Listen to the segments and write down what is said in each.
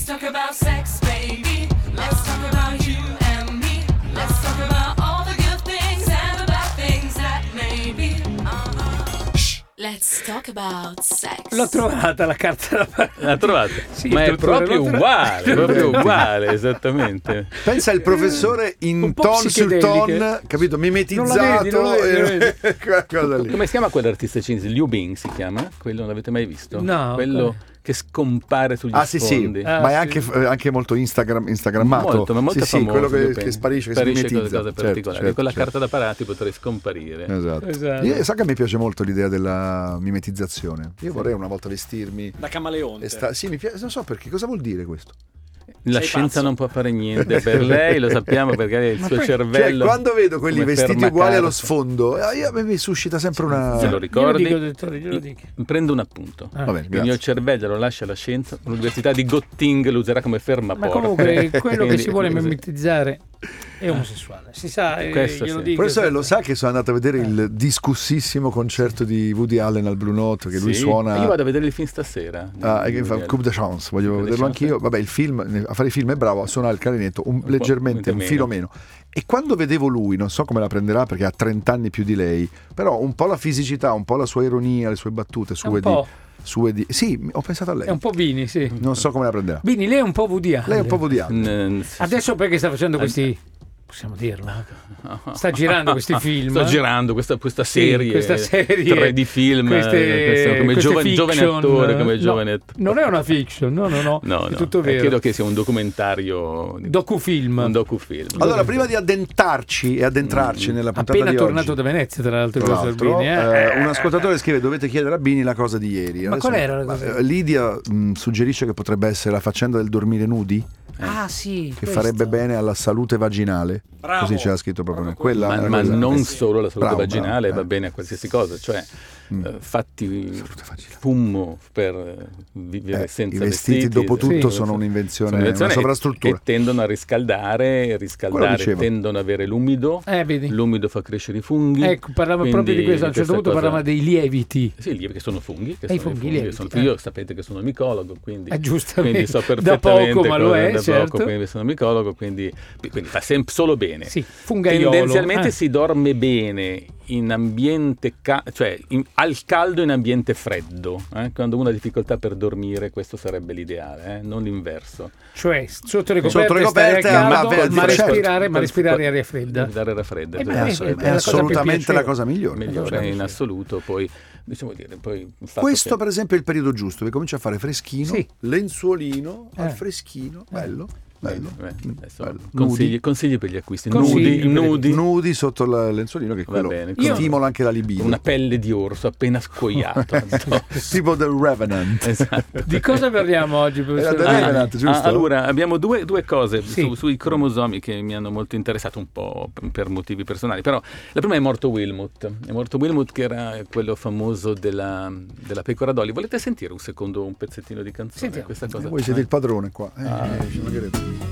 talk about sex, baby. Let's talk about you and me. Let's talk about all the good things and the bad things that may be. Let's talk about sex. L'ho trovata la carta da L'ha trovata? Sì, Ma è dottore, proprio l'ho uguale, proprio uguale, esattamente. Pensa il professore in Un po' ton sul psichedeliche. ton, capito? Mimetizzato. Non la vedi, non la vedi. Quella cosa lì. Come si chiama quell'artista cinese? Liu Bing si chiama? Quello non l'avete mai visto? No, Quello quale? che scompare sugli Sì, sfondi. ma è sì. anche molto instagrammato. Molto, ma molto sì, famoso, quello Liu che Bing. sparisce, che Sparisce si con mimetizza. cose particolari. Certo, Con la certo. carta da parati potrei scomparire. Esatto. Io, sa che mi piace molto l'idea della mimetizzazione. Io vorrei una volta vestirmi Da camaleonte. sì, mi piace, non so perché, cosa vuol dire questo? La Sei scienza pazzo. non può fare niente per lei, lo sappiamo perché il suo cervello. Cioè, quando vedo quelli come vestiti ferma uguali allo carta. sfondo, a me mi suscita sempre una. Se lo ricordi, Glielo dico, dottore, glielo dico. prendo un appunto. Va bene, Il grazie. mio cervello lo lascia alla scienza, l'università di Göttingen lo userà come Ma fermaporte. comunque quello che Quindi, si vuole così. mimetizzare è omosessuale. Si sa, Questo glielo sì. dico. Professore, lo sa che sono andato a vedere il discussissimo concerto di Woody Allen al Blue Note, che lui Sì, suona. io vado a vedere il film stasera. Che fa Coup de Chance, voglio Coup de vederlo Chance. anch'io. Vabbè, il film, a fare i film è bravo, a suonare il clarinetto leggermente, un filo meno. E quando vedevo lui, non so come la prenderà perché ha 30 anni più di lei, però un po' la fisicità, un po' la sua ironia, le sue battute sue po'. Sì, ho pensato a lei. È un po' Vini, sì. Non so come la prenderà. Vini, lei è un po' Woody Allen. Lei è un po' Woody Allen. Adesso perché sta facendo questi... Possiamo dirlo? Sta girando questi film. Sto girando questa serie, questa serie 3 di film come queste giovane fiction. attore, come No, giovane attore. non è una fiction, no. È tutto vero. Credo che sia un documentario, Docufilm. un docufilm. Allora, prima di addentrarci nella puntata Appena di tornato oggi, da Venezia, tra l'altro, tra questo l'altro, Albini, un ascoltatore scrive: dovete chiedere a Bini la cosa di ieri. Ma Adesso, qual era la cosa? Lidia suggerisce che potrebbe essere la faccenda del dormire nudi, Ah, sì. che questo. farebbe bene alla salute vaginale. Bravo. Così c'era scritto proprio quella. Ma quella- non solo la salute Bravo, vaginale, bravo, va bene a qualsiasi cosa, cioè fatti fumo per vivere senza I vestiti dopo tutto sono un'invenzione, una sovrastruttura. che tendono a riscaldare, Quello dicevo. tendono ad avere l'umido, Vedi. l'umido fa crescere i funghi. Ecco, parlava quindi proprio di questo. A un certo punto questa cosa- parlava dei lieviti. Sì, lievi che sono funghi, che I sono funghi i lieviti, sono- Io sapete che sono micologo, quindi, Giustamente. quindi so Da perfettamente poco, ma lo cosa- è, da certo. poco, quindi sono micologo, quindi fa sempre solo bene. Sì, fungaiolo. Tendenzialmente si dorme bene in ambiente al caldo in ambiente freddo, quando uno ha difficoltà per dormire, questo sarebbe l'ideale, non l'inverso. Cioè, sotto le Sotto le coperte, stare coperte, al caldo, ma certo. respirare aria fredda. Dare aria fredda. beh, È la cosa più assolutamente la piacevole. cosa migliore. Migliore in assoluto, poi diciamo dire, poi il fatto Questo che- per esempio è il periodo giusto, che comincia a fare freschino, Sì. lenzuolino al freschino, bello. adesso Nudi. consigli per gli acquisti. Consigli per gli Nudi sotto il lenzuolino, che Va quello bene, stimola anche la libido. una pelle di orso appena scoiato. Tipo The Revenant. Esatto. Di cosa parliamo oggi, professore? Era The Revenant, giusto? Allora, abbiamo due cose Sì. sui cromosomi che mi hanno molto interessato, un po' per motivi personali, però la prima è morto Wilmot. È morto Wilmot, che era quello famoso della pecora Dolly. Volete sentire un secondo un pezzettino di canzone? Sentiamo. Questa cosa? Voi siete il padrone qua. Ci mancherebbe.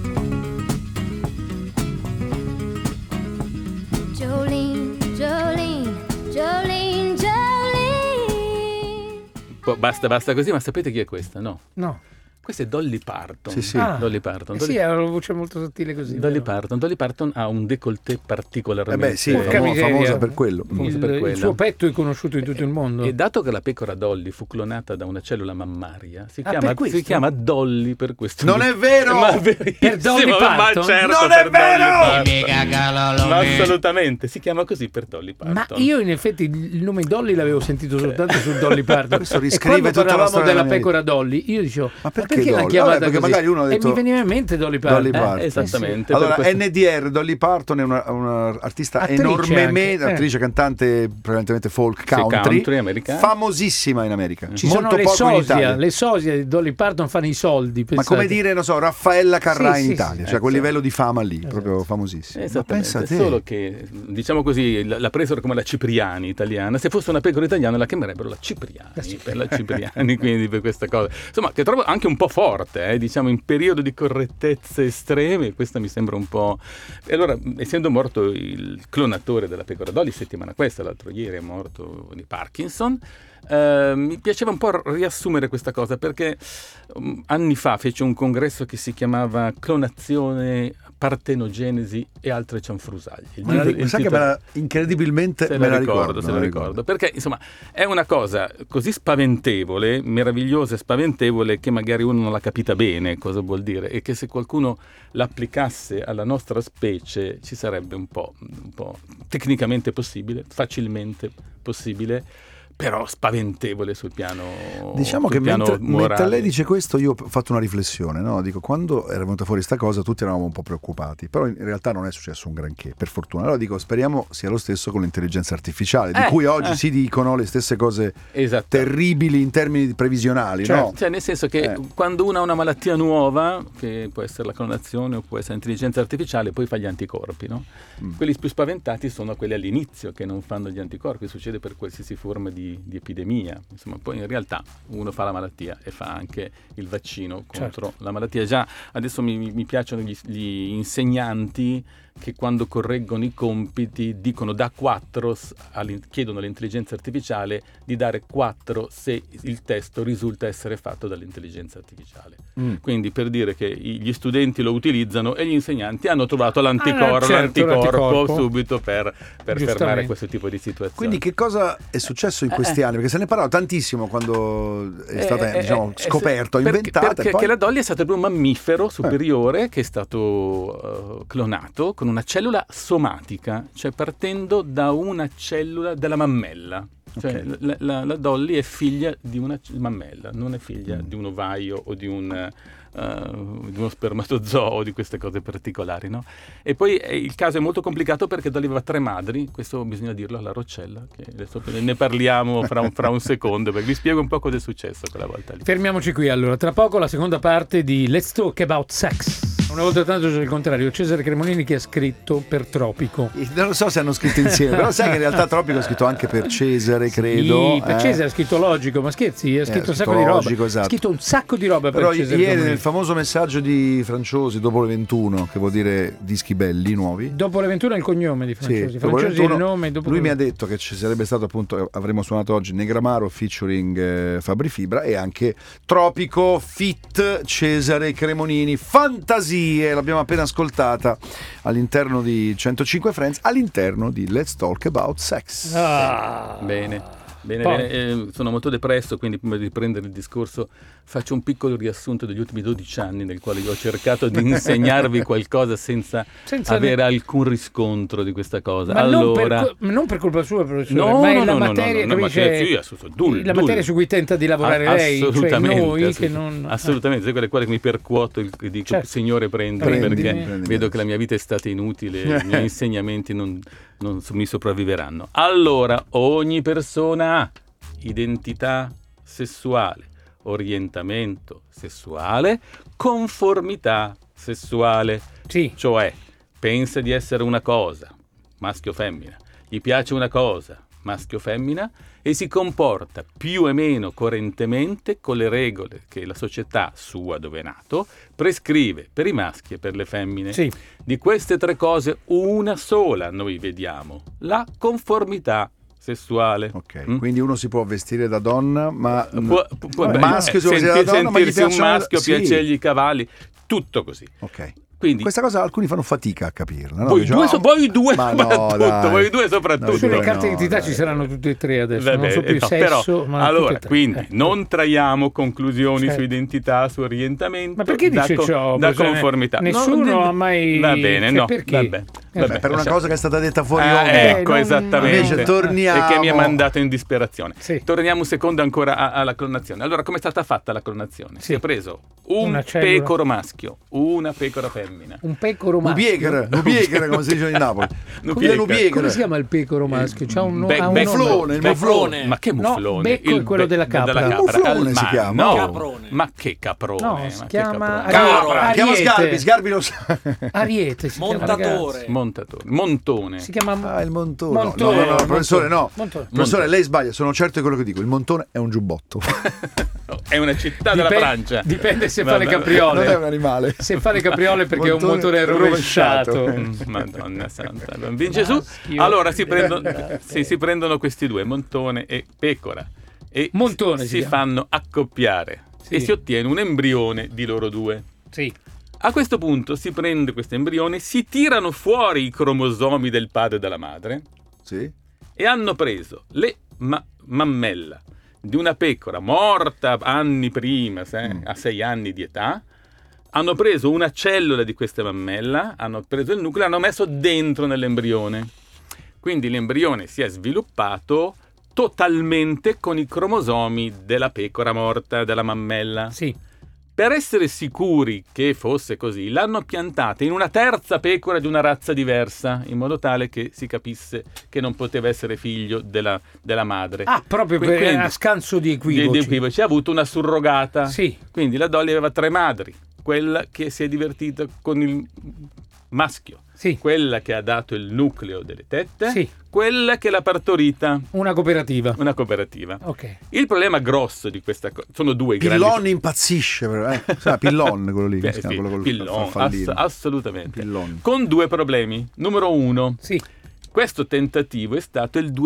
Jolene, Jolene, Jolene, Jolene. Basta così, ma sapete chi è questa? No. No. Questa è Dolly Parton. Sì, sì. Dolly Parton. Sì, ha una voce molto sottile così. Dolly vero? Parton. Dolly Parton ha un décolleté particolarmente Beh, sì, Porca miseria. famosa per quello. famosa per Il quello. suo petto è conosciuto in tutto il mondo. E dato che la pecora Dolly fu clonata da una cellula mammaria, si per chiama questo? Dolly per questo. Non è vero! Ma è verissimo, Per Dolly ma Parton? certo, Non per è vero! Dolly Parton. Ma assolutamente, si chiama così per Dolly Parton. Ma io in effetti il nome Dolly l'avevo sentito soltanto su Dolly Parton. Questo E riscrive quando tutta la parlavamo storia della della mia pecora Dolly, io dicevo, Ma perché l'ha Dolly? chiamata Vabbè, perché così? magari uno ha detto E mi veniva in mente Dolly Parton. Dolly Parton. Esattamente. Allora, per questo- NDR, Dolly Parton è una artista Attrice enormemente, anche, attrice, cantante, prevalentemente folk country, americana. famosissima in America. Ci Molto sono poco in Italia. le sosia di Dolly Parton fanno i soldi. Ma pensate. come dire, non so, Raffaella Carrà Sì, in sì, Italia, sì. cioè a quel livello di fama lì, proprio famosissima. Ma Esattamente, pensa te. solo che diciamo così la presero come la Cipriani italiana. Se fosse una pecora italiana la chiamerebbero la Cipriani, per la Cipriani, quindi per questa cosa. Insomma, che trovo anche un po' forte, diciamo in periodo di correttezze estreme, questa mi sembra un po'. E allora, essendo morto il clonatore della pecora Dolly settimana questa, l'altro ieri è morto di Parkinson, Mi piaceva un po' riassumere questa cosa perché anni fa fece un congresso che si chiamava Clonazione, Partenogenesi e altre cianfrusaglie. Sai che incredibilmente me la ricordo. Perché insomma è una cosa così spaventevole, meravigliosa e spaventevole, che magari uno non l'ha capita bene cosa vuol dire, e che se qualcuno l'applicasse alla nostra specie ci sarebbe un po' tecnicamente possibile, facilmente possibile, però spaventevole sul piano, diciamo che piano mentre lei dice questo io ho fatto una riflessione, no? Dico, quando era venuta fuori sta cosa tutti eravamo un po' preoccupati, però in realtà non è successo un granché, per fortuna. Allora dico, speriamo sia lo stesso con l'intelligenza artificiale, di cui oggi si dicono le stesse cose terribili in termini previsionali, certo, no? Cioè nel senso che quando uno ha una malattia nuova, che può essere la clonazione o può essere l'intelligenza artificiale, poi fa gli anticorpi, no? Quelli più spaventati sono quelli all'inizio che non fanno gli anticorpi, succede per qualsiasi forma di epidemia, insomma, poi in realtà uno fa la malattia e fa anche il vaccino contro la malattia. Già adesso mi piacciono gli insegnanti che quando correggono i compiti dicono da 4, chiedono all'intelligenza artificiale di dare 4 se il testo risulta essere fatto dall'intelligenza artificiale. Quindi per dire che gli studenti lo utilizzano e gli insegnanti hanno trovato l'anticorpo subito per fermare questo tipo di situazione. Quindi che cosa è successo in questi anni? Perché se ne parlava tantissimo quando è stata scoperto, inventata. Perché poi... la Dolly è stato un mammifero superiore che è stato clonato con una cellula somatica, cioè partendo da una cellula della mammella. Cioè la Dolly è figlia di una mammella, non è figlia di un ovaio o di uno spermatozoo, di queste cose particolari, no? E poi il caso è molto complicato perché Dolly aveva 3 madri, questo bisogna dirlo alla Roccella, che adesso ne parliamo fra un secondo, perché vi spiego un po' cosa è successo quella volta lì. Fermiamoci qui allora, tra poco la seconda parte di Let's Talk About Sex. Una volta tanto c'è il contrario, Cesare Cremonini che ha scritto per Tropico. Non so se hanno scritto insieme, però sai che in realtà Tropico ha scritto anche per Cesare, credo. Sì, per Cesare ha scritto Logico, ma scherzi, ha scritto un sacco di roba. Esatto. Ha scritto un sacco di roba però per Cesare ieri Cremonini. nel famoso messaggio di Franciosi dopo le 21, che vuol dire dischi belli, nuovi. Dopo le 21 è il cognome di Franciosi. Sì, Franciosi è il nome. Lui mi ha detto che ci sarebbe stato appunto, avremmo suonato oggi Negramaro featuring Fabri Fibra e anche Tropico fit Cesare Cremonini. Fantasie, l'abbiamo appena ascoltata all'interno di 105 Friends, all'interno di Let's Talk About Sex. Bene, sono molto depresso, quindi prima di prendere il discorso faccio un piccolo riassunto degli ultimi 12 anni nel quale io ho cercato di insegnarvi qualcosa senza avere alcun riscontro di questa cosa. Ma allora, non per colpa sua, professore, ma è la materia la materia su cui tenta di lavorare lei, cioè noi che non... Assolutamente, quelle che mi percuoto e dico Signore prendimi, perché vedo che la mia vita è stata inutile, i miei insegnamenti non mi sopravviveranno. Allora, ogni persona ha identità sessuale, orientamento sessuale, conformità sessuale, cioè pensa di essere una cosa, maschio o femmina, gli piace una cosa, maschio o femmina, e si comporta più o meno coerentemente con le regole che la società sua, dove è nato, prescrive per i maschi e per le femmine. Di queste 3 cose una sola noi vediamo, la conformità sessuale. Quindi uno si può vestire da donna, ma maschio si può vestire da donna, ma gli piace un maschio, piacergli i cavalli, tutto così. Quindi, questa cosa alcuni fanno fatica a capirla, no? Voi due soprattutto. Sulle carte d'identità ci saranno tutte e 3 adesso, non so più sesso, però, ma allora, quindi non traiamo conclusioni su identità, su orientamento, ma perché dice ciò? Da conformità. Nessuno ha mai... Va bene, no, perché? Vabbè, per una cosa che è stata detta fuori onda. Ecco, esattamente. Invece torniamo. E che mi ha mandato in disperazione. Torniamo un secondo ancora alla clonazione. Allora, come è stata fatta la clonazione? Si è preso un pecoro maschio, una pecora femmina. Un pecoro maschio? Nubieghere, come si dice in Napoli. Come si chiama il pecoro maschio? C'ha un nome. Il muflone. Ma che muflone? Becco è quello della capra. Il muflone si chiama. No. Caprone. Ma che caprone? No, si chiama chiama Sgarbi lo sa. Ariete si Montatore. Montone. Si chiama il montone. No, professore, no. Professore, lei sbaglia, sono certo di quello che dico. Il montone è un giubbotto. È una città della Francia. Dipende se fa le capriole. Non è un animale. Se fa le capriole perché è un motore rovesciato. Madonna santa. Gesù. Allora si prendono questi 2, montone e pecora. e Montone si si chiama. fanno accoppiare Sì. e si ottiene un embrione di loro due. Sì. A questo punto si prende questo embrione, si tirano fuori i cromosomi del padre e della madre Sì. e hanno preso le mammella di una pecora morta anni prima, a 6 anni di età, hanno preso una cellula di questa mammella, hanno preso il nucleo e hanno messo dentro nell'embrione. Quindi l'embrione si è sviluppato totalmente con i cromosomi della pecora morta, della mammella. Sì. Per essere sicuri che fosse così, l'hanno piantata in una terza pecora di una razza diversa, in modo tale che si capisse che non poteva essere figlio della madre. Ah, proprio per Quindi, a scanso di equivoci. di equivoci. Ha avuto una surrogata. Sì. Quindi la Dolly aveva 3 madri. Quella che si è divertita con il maschio, Sì. quella che ha dato il nucleo delle tette, Sì. quella che l'ha partorita. Una cooperativa. Una cooperativa. Ok. Il problema grosso di questa cosa sono due grandi. Pillon impazzisce, sai, Pillon quello lì, Beh, si chiama, sì, quello col Pillon, farfallino. assolutamente. Pillon. Con 2 problemi. Numero 1, Sì. questo tentativo è stato il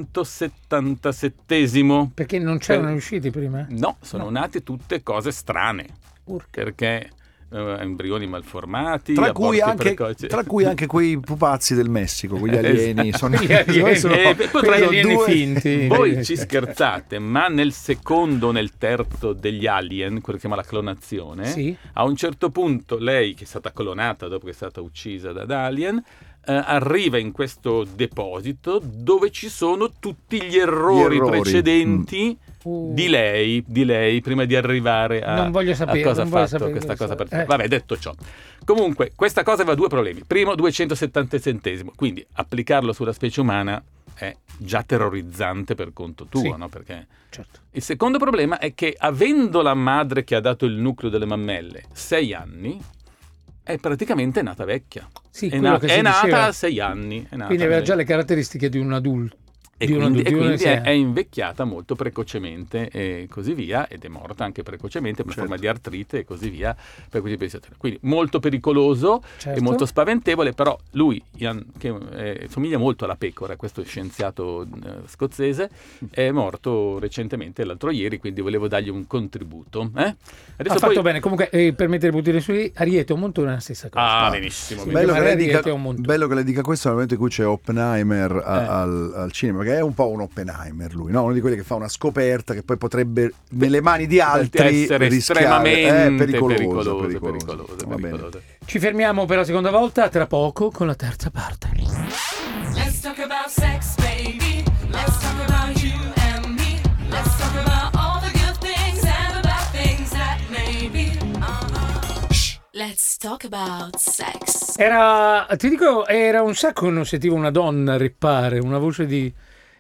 277esimo. Perché non c'erano riusciti prima? No, sono nate tutte cose strane. Urca. Perché embrioni malformati, Tra cui, aborti anche, precoci. tra cui anche quei pupazzi del Messico, quegli alieni. Sono, Gli alieni, sono- poi quegli tra i alieni due- finti. Voi ci scherzate, ma nel secondo, nel terzo degli alien, quello che si chiama la clonazione, Sì. a un certo punto lei, che è stata clonata dopo che è stata uccisa da alien, arriva in questo deposito dove ci sono tutti gli errori precedenti di lei prima di arrivare a, Non voglio sapere, a cosa ha non voglio fatto sapere questa questo. cosa particolare. Vabbè, detto ciò, comunque questa cosa aveva 2 problemi. Primo, 277esimo, quindi applicarlo sulla specie umana è già terrorizzante per conto tuo, Sì. no? Perché Certo. il secondo problema è che, avendo la madre che ha dato il nucleo delle mammelle 6 anni, è praticamente nata vecchia. Sì, È, quello che si è nata diceva. a 6 anni. È nata Quindi aveva già lei. le caratteristiche di un adulto. E di un quindi, adulto, di uno di sei è anni. invecchiata molto precocemente e così via, ed è morta anche precocemente per forma di artrite e così via. Per questi pensatori. Quindi molto pericoloso Certo. e molto spaventevole, però lui, che somiglia molto alla pecora, questo scienziato scozzese, è morto recentemente, l'altro ieri, quindi volevo dargli un contributo. Ha Adesso fatto poi... bene. Comunque, per mettere i puntini su lì, Ariete o Montone è la stessa cosa. Ah, benissimo. Quindi Bello che, magari lei dica, Ariete o Montone. bello che lei dica questo nel momento in cui c'è Oppenheimer al cinema, che è un po' un Oppenheimer lui, no? Uno di quelli che fa una scoperta che poi potrebbe nelle mani di altri essere rischiare. estremamente Pericoloso. Va bene. pericoloso. Ci fermiamo per la seconda volta, tra poco con la terza parte. Let's talk about sex, baby. Let's talk about you and me. Let's talk about all the good things and the bad things that may be. Shh. Let's talk about sex. Ti dico, era un sacco che non sentivo una donna reppare, una voce di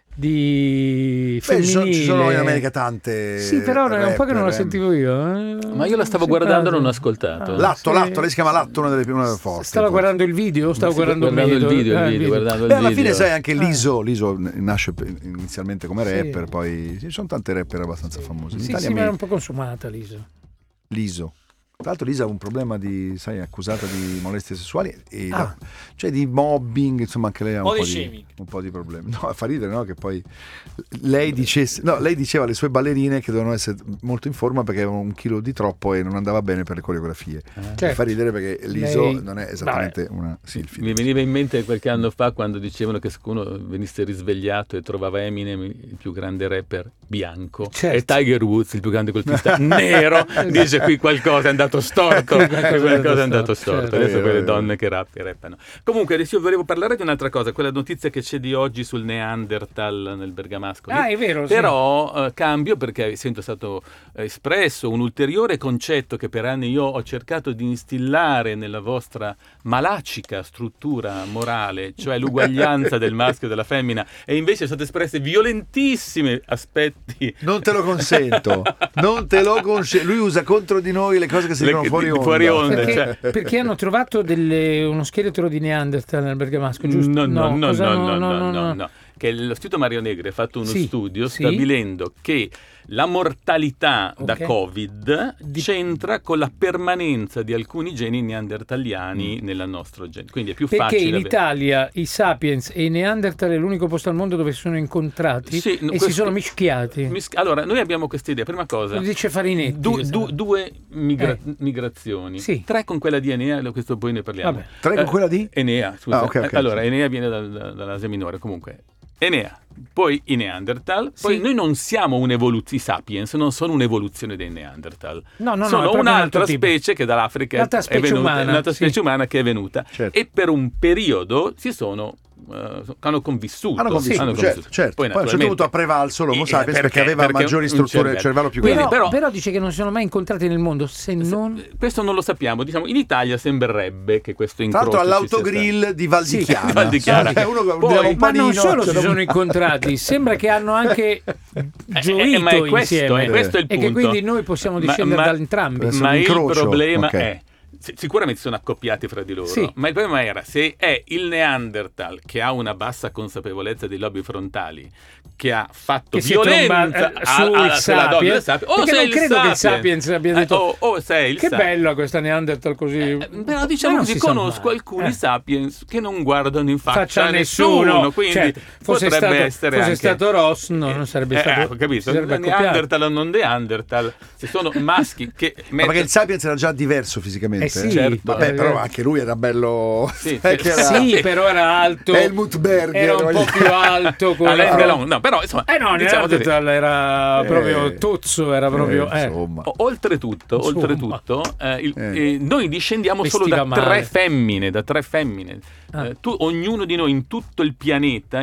Beh, femminile. ci sono in America tante. Sì, però è un po' che non la rapper, sentivo io. Ma io la stavo guardando e non ho ascoltato. L'atto, sì. l'atto, lei si chiama l'atto, una delle più forti. Stavo guardando il video, stavo guardando guardando il video, guardando Beh, alla fine sai anche Ah. Liso nasce inizialmente come Sì. rapper, poi ci sono tante rapper abbastanza famose. In Sì, Italia sì, ma era un po' consumata Liso. Liso. Tra l'altro Lisa ha un problema di, sai, accusata di molestie sessuali, e Ah. cioè di mobbing, insomma anche lei ha Body shaming. un po' di problemi. No, fa ridere, no? Che poi lei diceva alle sue ballerine che dovevano essere molto in forma perché avevano 1 chilo di troppo e non andava bene per le coreografie. Certo. Fa ridere perché Liso Lei- non è esattamente una Silfi. Mi veniva in mente qualche anno fa quando dicevano che se uno venisse risvegliato e trovava Eminem, il più grande rapper bianco, Certo. e Tiger Woods, il più grande colpista nero, dice qui qualcosa è andato storto. Qualcosa è andato storto. Certo. Adesso quelle donne che rappano. Comunque adesso io volevo parlare di un'altra cosa, quella notizia che c'è di oggi sul Neanderthal nel Bergamasco. Ah, è vero, sì. Però cambio, perché essendo stato espresso un ulteriore concetto che per anni io ho cercato di instillare nella vostra malacica struttura morale, cioè l'uguaglianza del maschio e della femmina, e invece sono state espresse violentissimi aspetti. Non te lo consento, lui usa contro di noi le cose che si dicono fuori onda. fuori onda. Perché, Cioè- perché hanno trovato uno scheletro di Neanderthal nel Bergamasco, giusto? No. che l'Istituto Mario Negri ha fatto uno Sì, studio sì. stabilendo che la mortalità da Ok. Covid c'entra con la permanenza di alcuni geni neandertaliani nella nostra gente. Quindi è più Perché facile in Italia i Sapiens e i Neanderthal è l'unico posto al mondo dove si sono incontrati Sì, no, e si questo- sono mischiati. Allora, noi abbiamo questa idea. Prima cosa, Lo dice Farinetti. due migrazioni. Sì. 3 con quella di Enea, questo poi ne parliamo. Vabbè. 3 con quella di? Enea, scusa. Ah, ok. Allora, Enea viene dall'Asia Minore, comunque. Enea, poi i Neanderthal, poi Sì. noi non siamo un'evoluzione, i Sapiens non sono un'evoluzione dei Neanderthal. No, no, no, è sono proprio un un'altra altro tipo. specie che dall'Africa Un'altra è specie venuta, umana, un'altra sì. specie umana che è venuta. Certo. E per un periodo si sono hanno convissuto. Hanno convissuto, certo. Poi a un certo punto ha prevalso l'Homo sapiens perché aveva maggiori strutture, il cervello più Quindi, grande. però, dice che non si sono mai incontrati nel mondo, se non... questo non lo sappiamo. Diciamo, in Italia sembrerebbe che questo Tra incrocio l'altro ci sia all'autogrill di Val di Sì, Chiana. di Val di Chiana. Uno Poi- guidava un Ma non panino, solo c'era si un- sono incontrati, sembra che hanno anche gioito ma è questo, insieme. questo è il e che punto. quindi noi possiamo discendere da entrambi. Adesso Ma un il incrocio, problema ok. è sicuramente sono accoppiati fra di loro, Sì. ma il problema era se è il Neanderthal che ha una bassa consapevolezza dei lobi frontali, che ha fatto Che si è violenza trombato sulla donna, Sapiens, o perché sei non il credo che il Sapiens. Sapiens abbia detto o sei il che Sapiens. bella questa Neanderthal così. Però diciamo non così, si sa conosco mai. alcuni Sapiens che non guardano in faccia Faccia a nessuno, nessuno, quindi certo. Fosse potrebbe stato, essere fosse anche... stato Ross, no, non sarebbe stato. ho capito, si sarebbe accoppiato. Neanderthal o non Neanderthal, se sono maschi che Ma perché il Sapiens era già diverso fisicamente. Eh sì, certo. Vabbè, però anche lui era bello. Sì, che era Sì, però era alto. Helmut Berger. Era un po' più alto. con Alain la- Delon, no, però insomma, no, diciamo così. Neanderthal era proprio tozzo, era proprio... insomma. Oltretutto, noi discendiamo solo Vestiva da male. tre femmine. Ognuno di noi in tutto il pianeta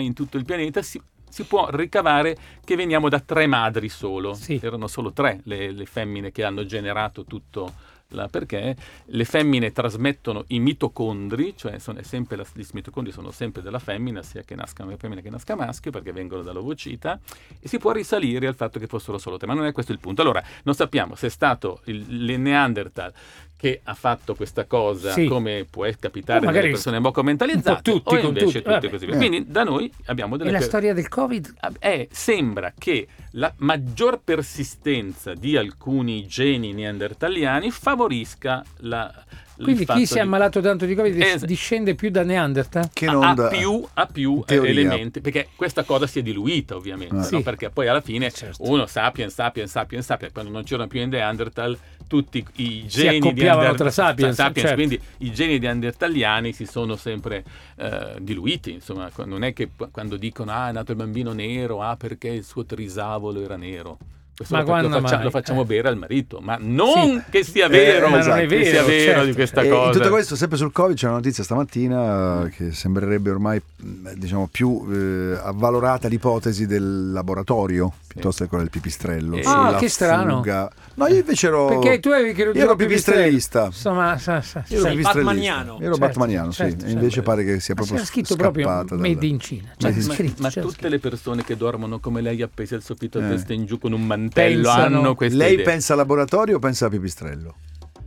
si può ricavare che veniamo da 3 madri solo. Sì. Erano solo 3 le femmine che hanno generato tutto. Perché le femmine trasmettono i mitocondri, cioè gli mitocondri sono sempre della femmina, sia che nasca una femmina che nasca maschio, perché vengono dall'ovocita, e si può risalire al fatto che fossero solo 3, ma non è questo il punto. Allora, non sappiamo se è stato il Neanderthal che ha fatto questa cosa, Sì. come può capitare O magari nelle persone poco mentalizzate, un po' tutti, o con invece tutti. tutte Vabbè. così via. Quindi da noi abbiamo E delle la storia del Covid? sembra che la maggior persistenza di alcuni geni neandertaliani favorisca Quindi il fatto chi si è ammalato tanto di Covid discende più da Neanderthal? Che non ha da- più teoria. elementi, perché questa cosa si è diluita ovviamente, no? Sì. Perché poi alla fine Certo. uno sapiens, quando non c'erano più i Neanderthal, tutti i geni accoppiavano tra sapiens, certo. quindi i geni neandertaliani si sono sempre diluiti, insomma, non è che quando dicono è nato il bambino nero, perché il suo trisavolo era nero. Questo Ma quando mai? lo facciamo bere al marito, ma non che sia vero, vero, ma non è che sia vero, vero certo. di questa E cosa. in tutto questo, sempre sul Covid, c'è una notizia stamattina che sembrerebbe ormai diciamo più avvalorata l'ipotesi del laboratorio piuttosto che quella del pipistrello. sulla che strano. fuga. No, io invece ero. Perché tu avevi creduto Io ero al pipistrello. pipistrellista. Insomma, Io ero Sei pipistrellista. batmaniano. Ero batmaniano, sì. certo, E invece certo. pare che sia proprio c'era scritto proprio scappata made in Cina. Made C'era in scritto, Ma c'era tutte le persone che dormono come lei appesi al soffitto a testa in giù con un mantello Pensano- hanno queste Lei idee. pensa al laboratorio o pensa a pipistrello?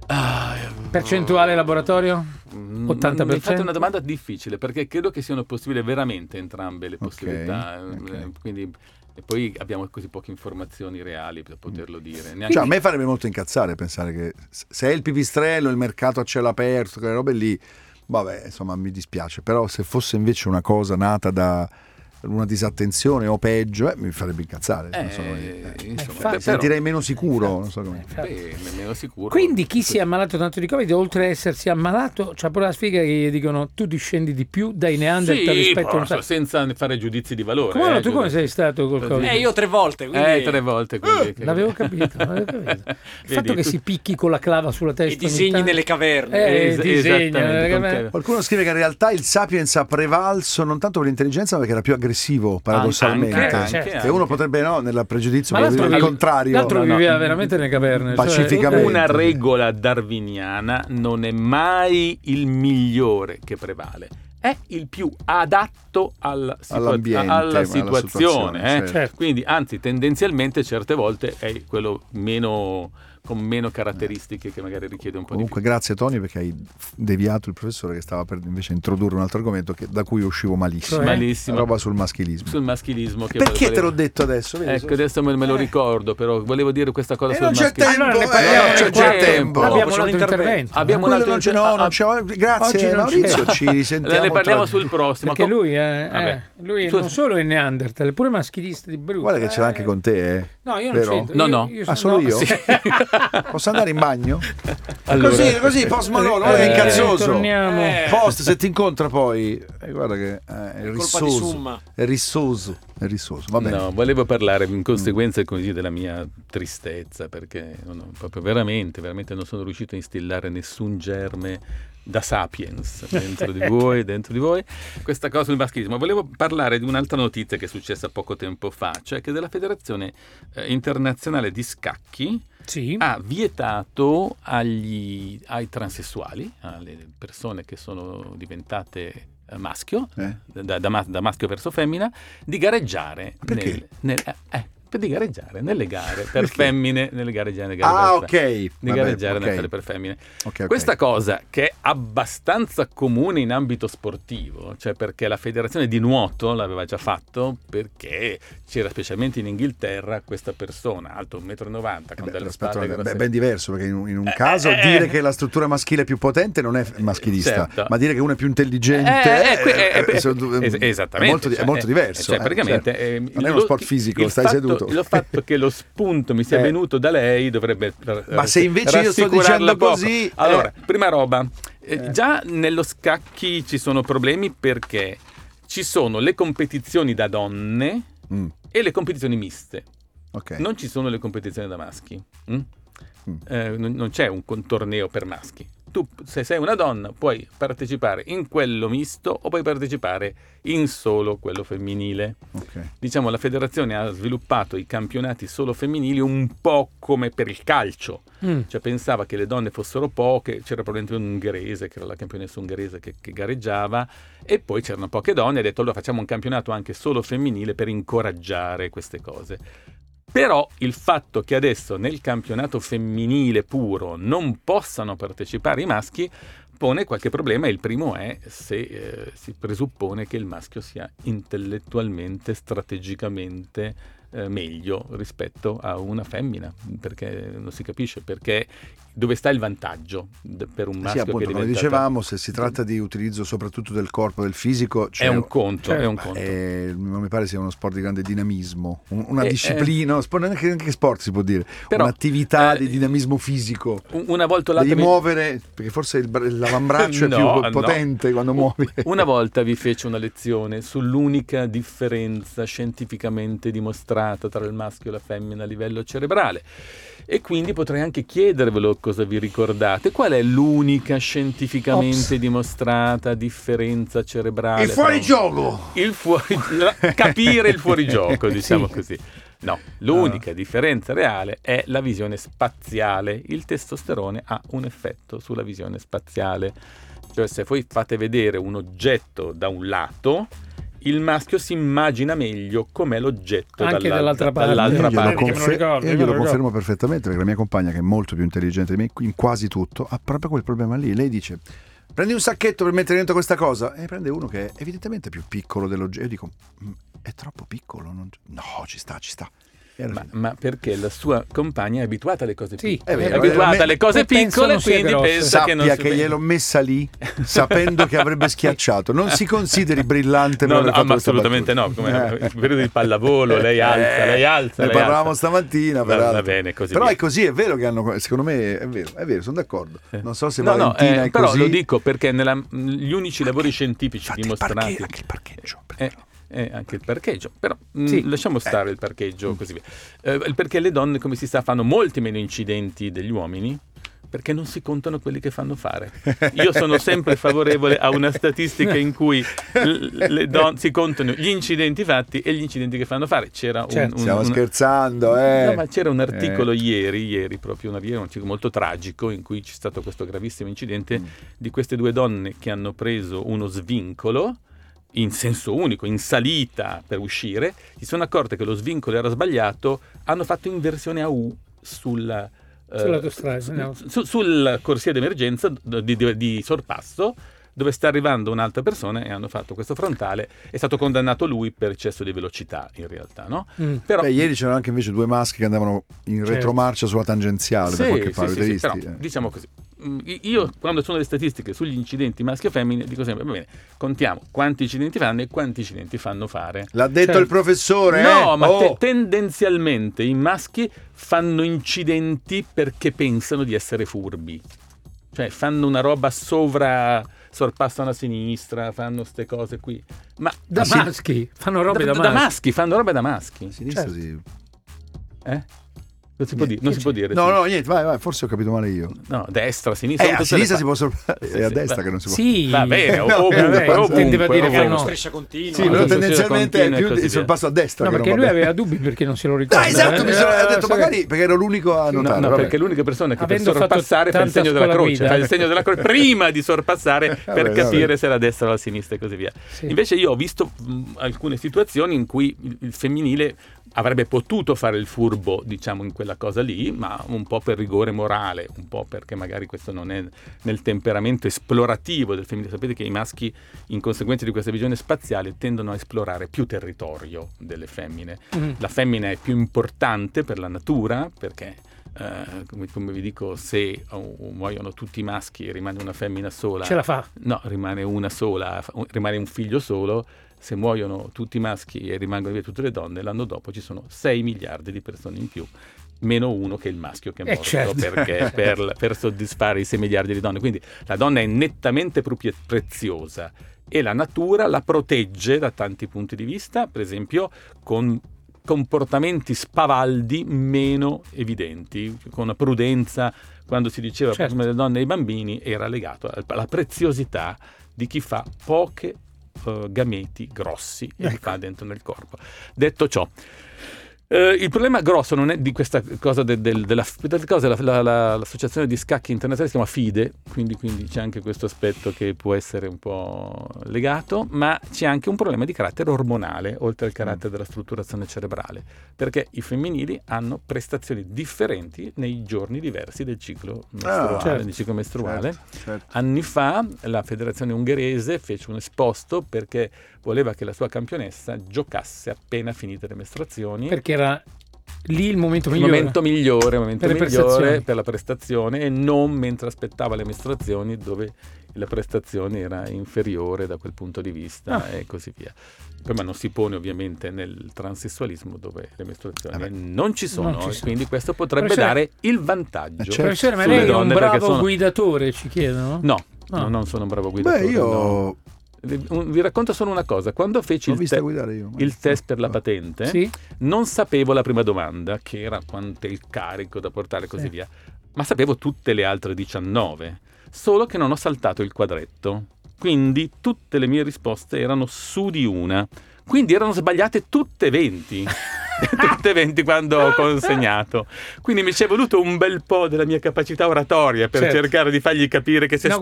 Percentuale laboratorio? 80%? Mi fate una domanda difficile perché credo che siano possibili veramente entrambe le possibilità. ok. Quindi, e poi abbiamo così poche informazioni reali per poterlo dire. Neanche Cioè, a me farebbe molto incazzare pensare che se è il pipistrello, il mercato a cielo aperto, quelle robe lì, vabbè, insomma, mi dispiace. Però se fosse invece una cosa nata da una disattenzione o peggio, mi farebbe incazzare. Non so, insomma, infatti. sentirei meno sicuro. Non so come. nemmeno sicuro. Quindi chi si è ammalato tanto di Covid, oltre a essersi ammalato, c'ha pure la sfiga che gli dicono tu discendi di più dai Neanderthal rispetto a un però, senza fare giudizi di valore. Come no, tu come sei stato col Covid? Io 3 volte. Quindi... 3 volte. Quindi, L'avevo capito. Il fatto che si picchi con la clava sulla testa. I disegni ogni tanto. nelle caverne. Disegna esattamente, nelle con caverne. che- Qualcuno scrive che in realtà il Sapiens ha prevalso non tanto per l'intelligenza, ma perché era più aggressivo, paradossalmente. certo. E uno potrebbe, no, nella pregiudizio, Ma l'altro dire il contrario. L'altro No, viveva veramente nelle caverne. Pacificamente. Una regola darwiniana non è mai il migliore che prevale, è il più adatto All'ambiente, alla alla situazione. situazione, certo. Certo. Quindi, anzi, tendenzialmente certe volte è quello meno con meno caratteristiche che magari richiede un po' Comunque di più. grazie Tony, perché hai deviato il professore che stava per invece introdurre un altro argomento da cui uscivo malissimo. Malissimo. Roba sul maschilismo. Sul maschilismo. Che Perché volevo- te l'ho detto adesso? Vedi? Ecco, adesso me lo ricordo, però volevo dire questa cosa sul non c'è maschilismo. tempo, Allora ne parliamo non c'è nel già quarto. tempo. Abbiamo un C'è un altro intervento. Abbiamo un Quello altro non c'è, grazie Oggi non Maurizio, c'è. ci risentiamo. Ne parliamo tra- sul prossimo. Perché lui Vabbè. lui Tu- non solo è Neanderthal, è pure maschilista di brutto. Guarda che ce l'ha anche con te, eh. No, io non Vero? c'entro. No, no. Io Ah, solo io? Sì. Posso andare in bagno? Allora, Così, Post Malone, è incazzoso. Torniamo. Post, se ti incontra poi, guarda che è Colpa di rissoso. Summa. È rissoso. Va bene. no, volevo parlare in conseguenza così della mia tristezza, perché proprio veramente non sono riuscito a instillare nessun germe da sapiens dentro di voi. Questa cosa sul maschilismo. Volevo parlare di un'altra notizia che è successa poco tempo fa, cioè che della Federazione Internazionale di Scacchi Sì. ha vietato ai transessuali, alle persone che sono diventate maschio, da maschio verso femmina, di gareggiare Perché? di gareggiare nelle gare per femmine, nelle gare genere. Ok. Di gareggiare nelle gare per femmine. Ok. Questa cosa che è abbastanza comune in ambito sportivo, cioè perché la federazione di nuoto l'aveva già fatto, perché c'era specialmente in Inghilterra questa persona alto 1,90 m con delle spalle È grosse. ben diverso, perché in un caso dire che la struttura maschile è più potente non è maschilista, certo. ma dire che uno è più intelligente esattamente, è molto diverso. Cioè, praticamente, certo. Non è uno sport fisico, stai seduto. Il fatto che lo spunto mi sia venuto da lei dovrebbe Ma se invece io sto dicendo poco. così, allora, prima roba, già nello scacchi ci sono problemi, perché ci sono le competizioni da donne e le competizioni miste. Ok. Non ci sono le competizioni da maschi. Non c'è un torneo per maschi. Tu, se sei una donna, puoi partecipare in quello misto o puoi partecipare in solo quello femminile. Ok. Diciamo, la federazione ha sviluppato i campionati solo femminili un po' come per il calcio. Cioè pensava che le donne fossero poche, c'era probabilmente un ungherese, che era la campionessa ungherese che gareggiava, e poi c'erano poche donne, e ha detto allora facciamo un campionato anche solo femminile per incoraggiare queste cose. Però il fatto che adesso nel campionato femminile puro non possano partecipare i maschi pone qualche problema. Il primo è se si presuppone che il maschio sia intellettualmente, strategicamente meglio rispetto a una femmina, perché non si capisce perché, dove sta il vantaggio per un maschio. Sì, appunto, che è come diventato... dicevamo, se si tratta di utilizzo soprattutto del corpo, del fisico, cioè, è un conto, è un conto. Non mi pare sia uno sport di grande dinamismo, una disciplina, neanche sport si può dire, Però, un'attività di dinamismo fisico. Una volta o l'altra Devi muovere, perché forse l'avambraccio è più potente quando muovi. Una volta vi fece una lezione sull'unica differenza scientificamente dimostrata tra il maschio e la femmina a livello cerebrale, e quindi potrei anche chiedervelo cosa vi ricordate. Qual è l'unica scientificamente dimostrata differenza cerebrale? Il fuorigioco! Capire il fuorigioco, diciamo Sì. così. No, l'unica differenza reale è la visione spaziale. Il testosterone ha un effetto sulla visione spaziale. Cioè, se voi fate vedere un oggetto da un lato, il maschio si immagina meglio com'è l'oggetto Anche dall'altra parte. dall'altra Io parte. me lo ricordo, io io me glielo lo ricordo. confermo perfettamente, perché la mia compagna, che è molto più intelligente di me in quasi tutto, ha proprio quel problema lì. Lei dice: prendi un sacchetto per mettere dentro questa cosa, e prende uno che è evidentemente più piccolo dell'oggetto. Io dico: è troppo piccolo, no, ci sta. E alla fine- Ma perché la sua compagna è abituata alle cose Sì, piccole, è è vero, abituata alle cose pensano piccole, sia quindi grosso. pensa che non Sappia si che gliel'ho messa lì sapendo che avrebbe schiacciato. Non si consideri brillante per No, aver fatto ma questa assolutamente battuta. no, come il periodo di pallavolo, lei alza. Ne parlavamo stamattina, peraltro. Va bene, così però via. è così, è vero che hanno, secondo me è vero, sono d'accordo. Non so se No, Valentina è però così. lo dico perché gli unici lavori scientifici Infatti, dimostrati, anche il parcheggio. anche il parcheggio, però Sì. lasciamo stare il parcheggio, così via. Perché le donne, come si sa, fanno molti meno incidenti degli uomini, perché non si contano quelli che fanno fare. Io sono sempre favorevole a una statistica in cui le donne si contano gli incidenti fatti e gli incidenti che fanno fare. C'era Stiamo scherzando, No, ma c'era un articolo ieri proprio un articolo molto tragico in cui c'è stato questo gravissimo incidente di queste due donne che hanno preso uno svincolo in senso unico, in salita per uscire, si sono accorte che lo svincolo era sbagliato, hanno fatto inversione a U Sull'autostrada, no. Sul corsia d'emergenza di sorpasso, dove sta arrivando un'altra persona e hanno fatto questo frontale. È stato condannato lui per eccesso di velocità, in realtà, no? Però ieri c'erano anche invece due maschi che andavano in retromarcia sulla tangenziale da qualche parte. Sì, però, diciamo così, io quando sono le statistiche sugli incidenti maschi e femmine dico sempre, va bene, contiamo quanti incidenti fanno e quanti incidenti fanno fare. L'ha detto il professore? No, ma tendenzialmente i maschi fanno incidenti perché pensano di essere furbi. Cioè fanno una roba sorpassano a sinistra, fanno ste cose qui. Ma da maschi? Fanno robe da maschi? Fanno robe da maschi. A sinistra sì. Non si può dire. Non si può dire. No, niente, vai, forse ho capito male io. No, destra, sinistra. A sinistra si può è a destra che non si può. Sì, va bene, intendeva dire che no. Striscia continua. Sì, però tendenzialmente è più il sorpasso a destra. No, perché lui aveva dubbi perché non se lo ricorda. Esatto, ha detto magari perché ero l'unico a notare. No, perché è l'unica persona che per sorpassare fa il segno della croce. Fa il segno della croce prima di sorpassare per capire se la destra o la sinistra e così via. Invece io ho visto alcune situazioni in cui il femminile avrebbe potuto fare il furbo, diciamo, in quella cosa lì, ma un po' per rigore morale, un po' perché magari questo non è nel temperamento esplorativo del femminile. Sapete che i maschi, in conseguenza di questa visione spaziale, tendono a esplorare più territorio delle femmine. La femmina è più importante per la natura, perché come vi dico, se muoiono tutti i maschi e rimane una femmina sola, ce la fa? No, rimane una sola, rimane un figlio solo. Se muoiono tutti i maschi e rimangono via tutte le donne, l'anno dopo ci sono 6 miliardi di persone in più, meno uno che è il maschio che è morto, certo. Perché per soddisfare i 6 miliardi di donne. Quindi la donna è nettamente più preziosa e la natura la protegge da tanti punti di vista, per esempio con comportamenti spavaldi meno evidenti, con una prudenza. Quando si diceva prima delle donne e ai bambini, era legato alla preziosità di chi fa poche gameti grossi e li fa dentro nel corpo. Detto ciò, il problema grosso non è di questa cosa l'associazione di scacchi internazionale si chiama FIDE, quindi c'è anche questo aspetto che può essere un po' legato, ma c'è anche un problema di carattere ormonale, oltre al carattere della strutturazione cerebrale, perché i femminili hanno prestazioni differenti nei giorni diversi del ciclo mestruale. Certo. Anni fa la federazione ungherese fece un esposto perché voleva che la sua campionessa giocasse appena finite le mestruazioni, perché era lì il momento migliore per la prestazione, e non mentre aspettava le mestruazioni, dove la prestazione era inferiore da quel punto di vista e così via. Poi, ma non si pone ovviamente nel transessualismo, dove le mestruazioni non ci sono, quindi questo potrebbe dare il vantaggio. Professore, ma lei è un bravo guidatore, ci chiedono? No, non sono un bravo guidatore. Vi racconto solo una cosa: quando feci il test per la patente, non sapevo la prima domanda, che era quanto è il carico da portare e così via, ma sapevo tutte le altre 19, solo che non ho saltato il quadretto, quindi tutte le mie risposte erano su di una, quindi erano sbagliate tutte 20. Tutte 20 quando ho consegnato, quindi mi ci è voluto un bel po' della mia capacità oratoria per cercare di fargli capire che se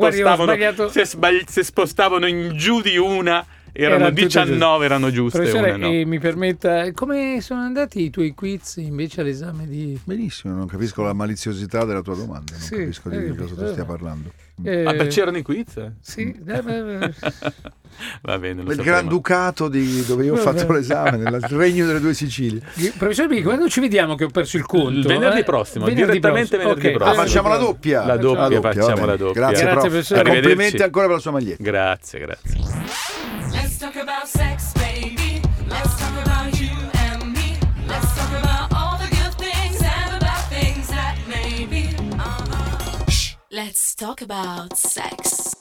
spostavano in giù di una erano 19, erano giuste. Professore, una no. Mi permetta, come sono andati i tuoi quiz invece all'esame di... Benissimo, non capisco la maliziosità della tua domanda, non capisco di cosa tu stia parlando. Ma c'erano i quiz? Sì. Va bene, nel Granducato dove io ho fatto l'esame, nel Regno delle Due Sicilie. Professor Bicchi, quando ci vediamo che ho perso il conto? Venerdì prossimo, direttamente venerdì prossimo. Facciamo la doppia. Facciamo la doppia. Grazie professore. Complimenti ancora per la sua maglietta. Grazie. Let's talk about sex, baby. Let's talk about you and me. Let's talk about all the good things and the bad things that may be. Let's talk about sex.